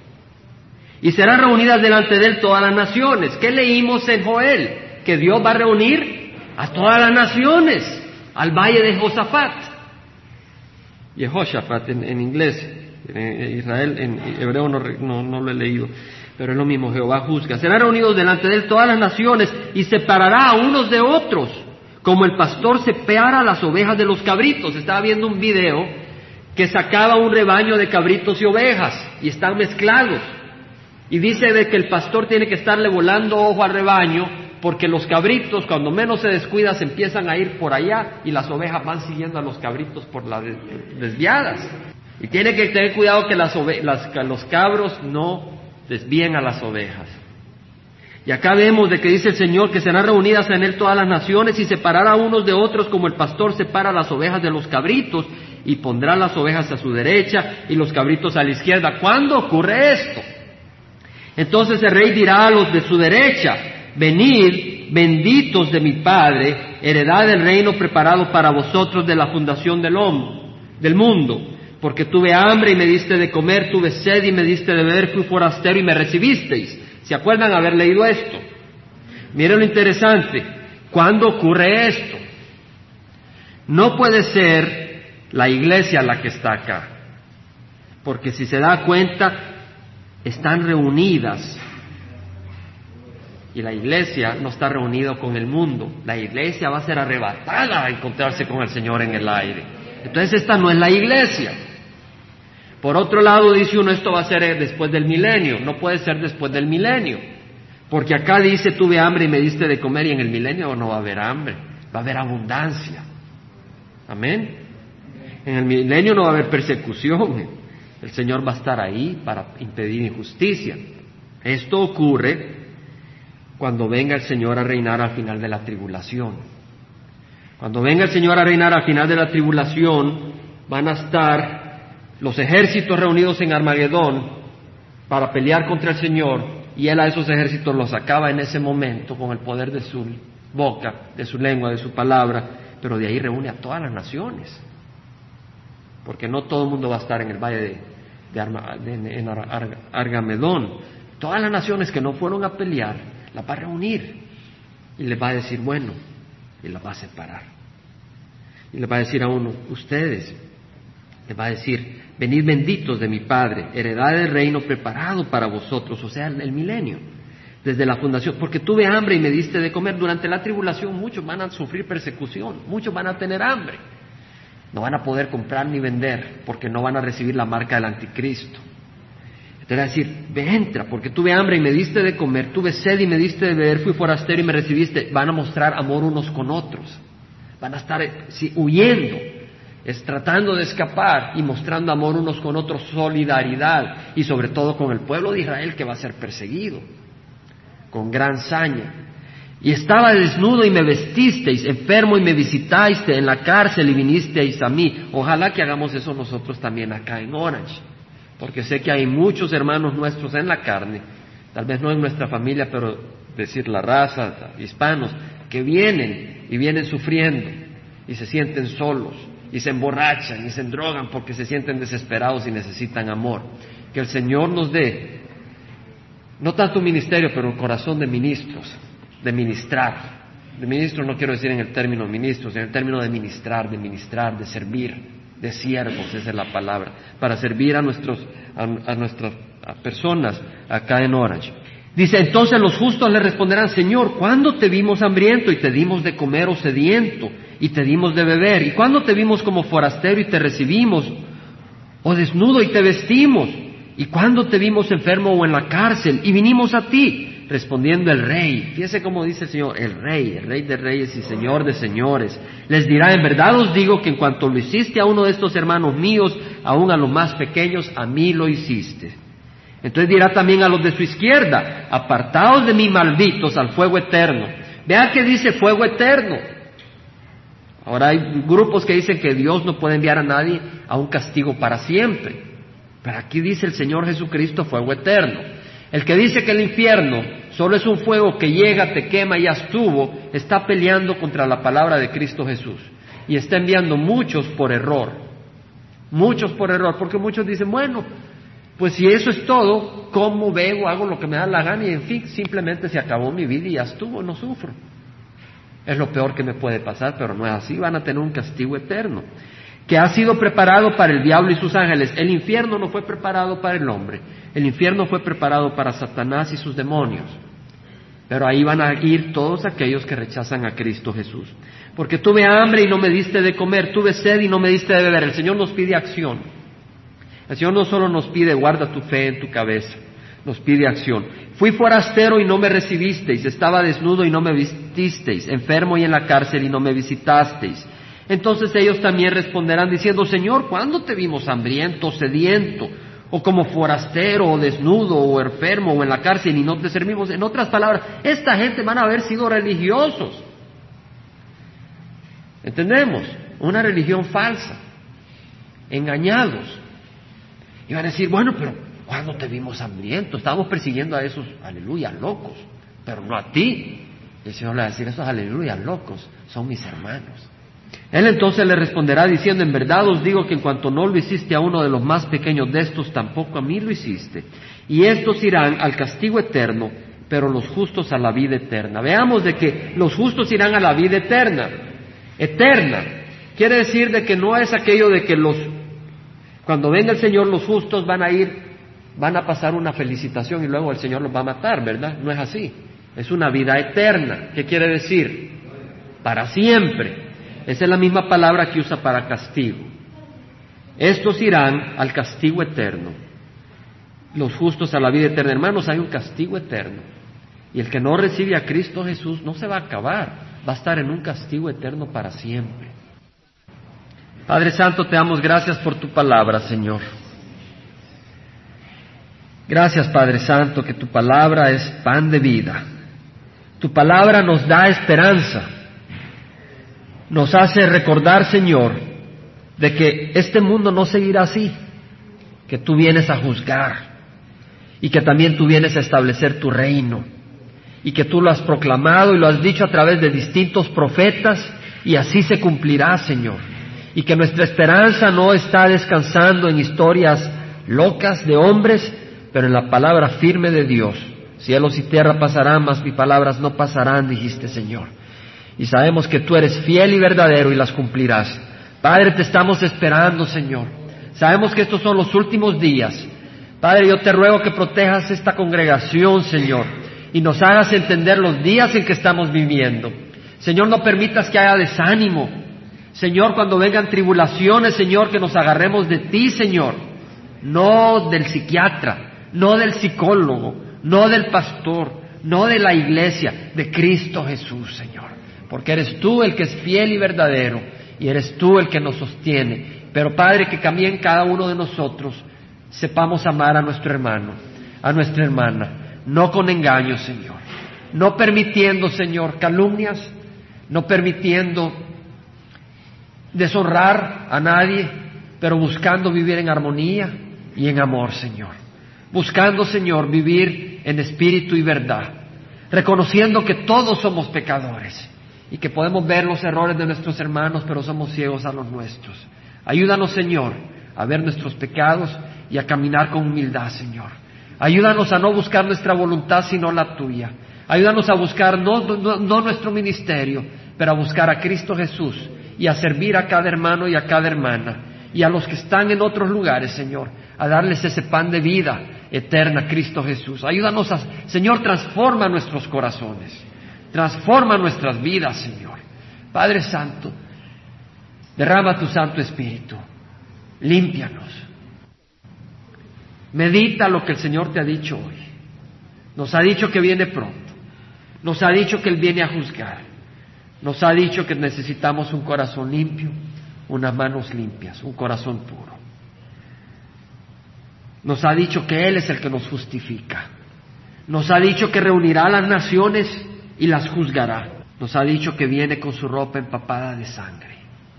Y serán reunidas delante de Él todas las naciones. ¿Qué leímos en Joel? Que Dios va a reunir a todas las naciones al valle de Josafat. Jehoshaphat en, en inglés. En Israel, en hebreo no, no, no lo he leído, pero es lo mismo. Jehová juzga. Serán reunidos delante de Él todas las naciones y separará a unos de otros, como el pastor separa las ovejas de los cabritos. Estaba viendo un video que sacaba un rebaño de cabritos y ovejas y están mezclados. Y dice de que el pastor tiene que estarle volando ojo al rebaño, porque los cabritos, cuando menos se descuida, se empiezan a ir por allá y las ovejas van siguiendo a los cabritos por las desviadas. Y tiene que tener cuidado que las ove- las, los cabros no desvíen a las ovejas. Y acá vemos de que dice el Señor que serán reunidas en Él todas las naciones y separará unos de otros, como el pastor separa las ovejas de los cabritos, y pondrá las ovejas a su derecha y los cabritos a la izquierda. ¿Cuándo ocurre esto? Entonces el rey dirá a los de su derecha: venid, benditos de mi Padre, heredad del reino preparado para vosotros de la fundación del, hom- del mundo. Porque tuve hambre y me diste de comer, tuve sed y me diste de beber, fui forastero y me recibisteis. ¿Se acuerdan haber leído esto? Miren lo interesante. ¿Cuándo ocurre esto? No puede ser la iglesia la que está acá. Porque si se da cuenta, están reunidas. Y la iglesia no está reunida con el mundo. La iglesia va a ser arrebatada a encontrarse con el Señor en el aire. Entonces esta no es la iglesia. Por otro lado, dice uno, esto va a ser después del milenio. No puede ser después del milenio. Porque acá dice, tuve hambre y me diste de comer, y en el milenio no va a haber hambre, va a haber abundancia. Amén. En el milenio no va a haber persecución. El Señor va a estar ahí para impedir injusticia. Esto ocurre cuando venga el Señor a reinar al final de la tribulación. Cuando venga el Señor a reinar al final de la tribulación, van a estar los ejércitos reunidos en Armagedón para pelear contra el Señor, y Él a esos ejércitos los acaba en ese momento con el poder de su boca, de su lengua, de su palabra, pero de ahí reúne a todas las naciones, porque no todo el mundo va a estar en el valle de, de, Arma, de en Ar, Ar, Argamedón. Todas las naciones que no fueron a pelear las va a reunir y les va a decir, bueno, y las va a separar. Y les va a decir a uno, ustedes, les va a decir, venid benditos de mi Padre, heredad del reino preparado para vosotros, o sea, el milenio, desde la fundación, porque tuve hambre y me diste de comer. Durante la tribulación muchos van a sufrir persecución, muchos van a tener hambre, no van a poder comprar ni vender, porque no van a recibir la marca del anticristo. Entonces va a decir, ve, entra, porque tuve hambre y me diste de comer, tuve sed y me diste de beber, fui forastero y me recibiste. Van a mostrar amor unos con otros, van a estar sí, huyendo, es tratando de escapar y mostrando amor unos con otros, solidaridad, y sobre todo con el pueblo de Israel, que va a ser perseguido con gran saña. Y estaba desnudo y me vestisteis, enfermo y me visitáis, en la cárcel y vinisteis a mí. Ojalá que hagamos eso nosotros también acá en Orange, porque sé que hay muchos hermanos nuestros en la carne, tal vez no en nuestra familia, pero decir la raza, hispanos, que vienen y vienen sufriendo y se sienten solos y se emborrachan y se endrogan porque se sienten desesperados y necesitan amor. Que el Señor nos dé, no tanto un ministerio, pero un corazón de ministros, de ministrar. De ministros no quiero decir en el término ministros, en el término de ministrar, de ministrar, de servir, de siervos, esa es la palabra, para servir a nuestros, a, a nuestras a personas acá en Orange. Dice, entonces los justos le responderán, Señor, ¿cuándo te vimos hambriento y te dimos de comer o sediento y te dimos de beber? ¿Y cuándo te vimos como forastero y te recibimos o desnudo y te vestimos? ¿Y cuándo te vimos enfermo o en la cárcel y vinimos a ti? Respondiendo el rey, fíjese cómo dice el Señor, el rey, el rey de reyes y señor de señores, les dirá, en verdad os digo que en cuanto lo hiciste a uno de estos hermanos míos, aun a los más pequeños, a mí lo hiciste. Entonces dirá también a los de su izquierda, apartaos de mí, malditos, al fuego eterno. Vean que dice fuego eterno. Ahora hay grupos que dicen que Dios no puede enviar a nadie a un castigo para siempre, pero aquí dice el Señor Jesucristo fuego eterno. El que dice que el infierno solo es un fuego que llega, te quema y ya estuvo, está peleando contra la palabra de Cristo Jesús y está enviando muchos por error, muchos por error, porque muchos dicen, bueno, pues si eso es todo, como bebo, hago lo que me da la gana y en fin, simplemente se acabó mi vida y ya estuvo, no sufro. Es lo peor que me puede pasar, pero no es así, van a tener un castigo eterno, que ha sido preparado para el diablo y sus ángeles. El infierno no fue preparado para el hombre, el infierno fue preparado para Satanás y sus demonios. Pero ahí van a ir todos aquellos que rechazan a Cristo Jesús. Porque tuve hambre y no me diste de comer, tuve sed y no me diste de beber. El Señor nos pide acción. El Señor no solo nos pide guarda tu fe en tu cabeza, nos pide acción. Fui forastero y no me recibisteis, estaba desnudo y no me vististeis, enfermo y en la cárcel y no me visitasteis. Entonces ellos también responderán diciendo, Señor, ¿cuándo te vimos hambriento, sediento, o como forastero, o desnudo, o enfermo, o en la cárcel y no te servimos? En otras palabras, esta gente van a haber sido religiosos. ¿Entendemos? Una religión falsa, engañados. Y van a decir, bueno, pero ¿cuándo te vimos hambriento? Estábamos persiguiendo a esos, aleluya, locos, pero no a ti. Y el Señor le va a decir, esos aleluya, locos, son mis hermanos. Él entonces le responderá diciendo, en verdad os digo que en cuanto no lo hiciste a uno de los más pequeños de estos, tampoco a mí lo hiciste. Y estos irán al castigo eterno, pero los justos a la vida eterna. Veamos de que los justos irán a la vida eterna. Eterna. Quiere decir de que no es aquello de que los, cuando venga el Señor, los justos van a ir, van a pasar una felicitación y luego el Señor los va a matar, ¿verdad? No es así. Es una vida eterna. ¿Qué quiere decir? Para siempre. Esa es la misma palabra que usa para castigo. Estos irán al castigo eterno, los justos a la vida eterna. Hermanos, hay un castigo eterno. Y el que no recibe a Cristo Jesús no se va a acabar, va a estar en un castigo eterno para siempre. Padre Santo, te damos gracias por tu palabra, Señor. Gracias, Padre Santo, que tu palabra es pan de vida. Tu palabra nos da esperanza. Nos hace recordar, Señor, de que este mundo no seguirá así, que tú vienes a juzgar y que también tú vienes a establecer tu reino y que tú lo has proclamado y lo has dicho a través de distintos profetas y así se cumplirá, Señor, y que nuestra esperanza no está descansando en historias locas de hombres, pero en la palabra firme de Dios. Cielos y tierra pasarán, mas mis palabras no pasarán, dijiste, Señor. Y sabemos que tú eres fiel y verdadero y las cumplirás. Padre, te estamos esperando, Señor. Sabemos que estos son los últimos días. Padre, yo te ruego que protejas esta congregación, Señor, y nos hagas entender los días en que estamos viviendo. Señor, no permitas que haya desánimo. Señor, cuando vengan tribulaciones, Señor, que nos agarremos de ti, Señor. No del psiquiatra, no del psicólogo, no del pastor, no de la iglesia, de Cristo Jesús, Señor. Porque eres tú el que es fiel y verdadero, y eres tú el que nos sostiene. Pero Padre, que también cada uno de nosotros sepamos amar a nuestro hermano, a nuestra hermana, no con engaños, Señor, no permitiendo, Señor, calumnias, no permitiendo deshonrar a nadie, pero buscando vivir en armonía y en amor, Señor. Buscando, Señor, vivir en espíritu y verdad, reconociendo que todos somos pecadores y que podemos ver los errores de nuestros hermanos, pero somos ciegos a los nuestros. Ayúdanos, Señor, a ver nuestros pecados y a caminar con humildad, Señor. Ayúdanos a no buscar nuestra voluntad, sino la tuya. Ayúdanos a buscar no, no, no nuestro ministerio, pero a buscar a Cristo Jesús y a servir a cada hermano y a cada hermana y a los que están en otros lugares, Señor, a darles ese pan de vida eterna, Cristo Jesús. Ayúdanos, a, Señor, transforma nuestros corazones, transforma nuestras vidas, Señor. Padre Santo, derrama tu Santo Espíritu, límpianos. Medita lo que el Señor te ha dicho hoy. Nos ha dicho que viene pronto. Nos ha dicho que Él viene a juzgar. Nos ha dicho que necesitamos un corazón limpio, unas manos limpias, un corazón puro. Nos ha dicho que Él es el que nos justifica. Nos ha dicho que reunirá a las naciones y las juzgará. Nos ha dicho que viene con su ropa empapada de sangre.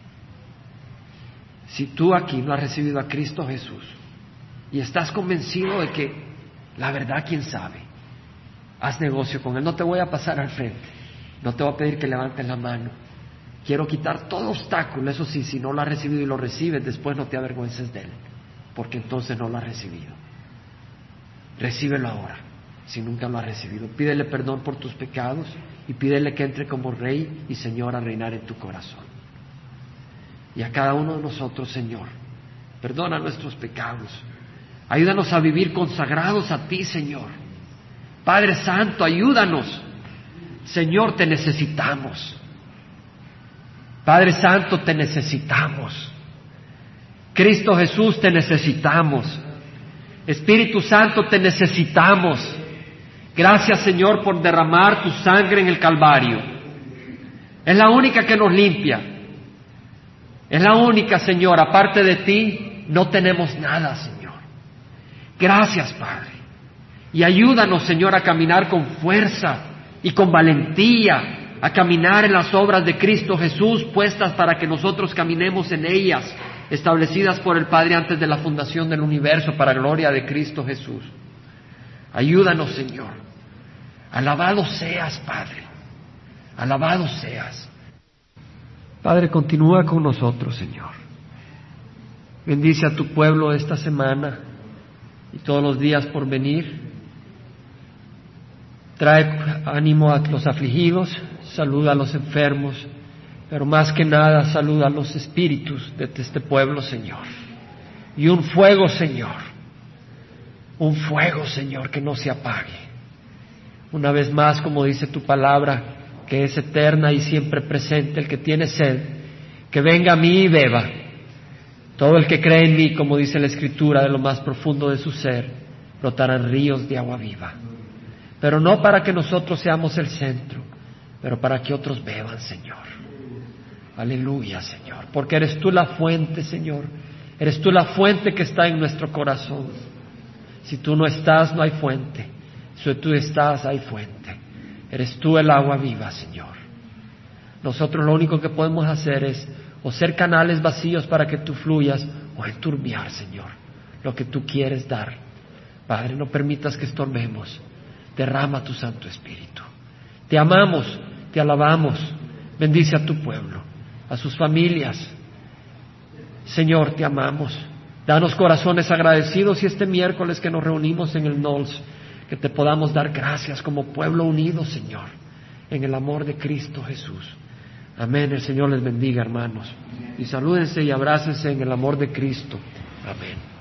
Si tú aquí no has recibido a Cristo Jesús y estás convencido de que la verdad, quién sabe, haz negocio con Él. No te voy a pasar al frente, no te voy a pedir que levantes la mano. Quiero quitar todo obstáculo. Eso sí, si no lo has recibido y lo recibes, después no te avergüences de Él, porque entonces no lo has recibido. Recíbelo ahora, si nunca lo has recibido. Pídele perdón por tus pecados y pídele que entre como Rey y Señor a reinar en tu corazón. Y a cada uno de nosotros, Señor, perdona nuestros pecados. Ayúdanos a vivir consagrados a ti, Señor. Padre Santo, ayúdanos. Señor, te necesitamos. Padre Santo, te necesitamos. Cristo Jesús, te necesitamos. Espíritu Santo, te necesitamos. Gracias, Señor, por derramar tu sangre en el Calvario. Es la única que nos limpia. Es la única, Señor. Aparte de ti, no tenemos nada, Señor. Gracias, Padre. Y ayúdanos, Señor, a caminar con fuerza y con valentía, a caminar en las obras de Cristo Jesús, puestas para que nosotros caminemos en ellas, establecidas por el Padre antes de la fundación del universo, para gloria de Cristo Jesús. Ayúdanos, Señor. Alabado seas, Padre. Alabado seas. Padre, continúa con nosotros, Señor. Bendice a tu pueblo esta semana y todos los días por venir. Trae ánimo a los afligidos, saluda a los enfermos, pero más que nada saluda a los espíritus de este pueblo, Señor. Y un fuego, Señor, un fuego, Señor, que no se apague. Una vez más, como dice tu palabra, que es eterna y siempre presente, el que tiene sed, que venga a mí y beba. Todo el que cree en mí, como dice la Escritura, de lo más profundo de su ser, brotarán ríos de agua viva. Pero no para que nosotros seamos el centro, pero para que otros beban, Señor. Aleluya, Señor, porque eres tú la fuente, Señor. Eres tú la fuente que está en nuestro corazón. Si tú no estás, no hay fuente. Si tú estás, hay fuente. Eres tú el agua viva, Señor. Nosotros lo único que podemos hacer es o ser canales vacíos para que tú fluyas, o enturbiar, Señor, lo que tú quieres dar. Padre, no permitas que estorbemos. Derrama tu Santo Espíritu. Te amamos, te alabamos. Bendice a tu pueblo, a sus familias. Señor, te amamos. Danos corazones agradecidos y este miércoles que nos reunimos en el N O L S, que te podamos dar gracias como pueblo unido, Señor, en el amor de Cristo Jesús. Amén. El Señor les bendiga, hermanos. Y salúdense y abrácense en el amor de Cristo. Amén.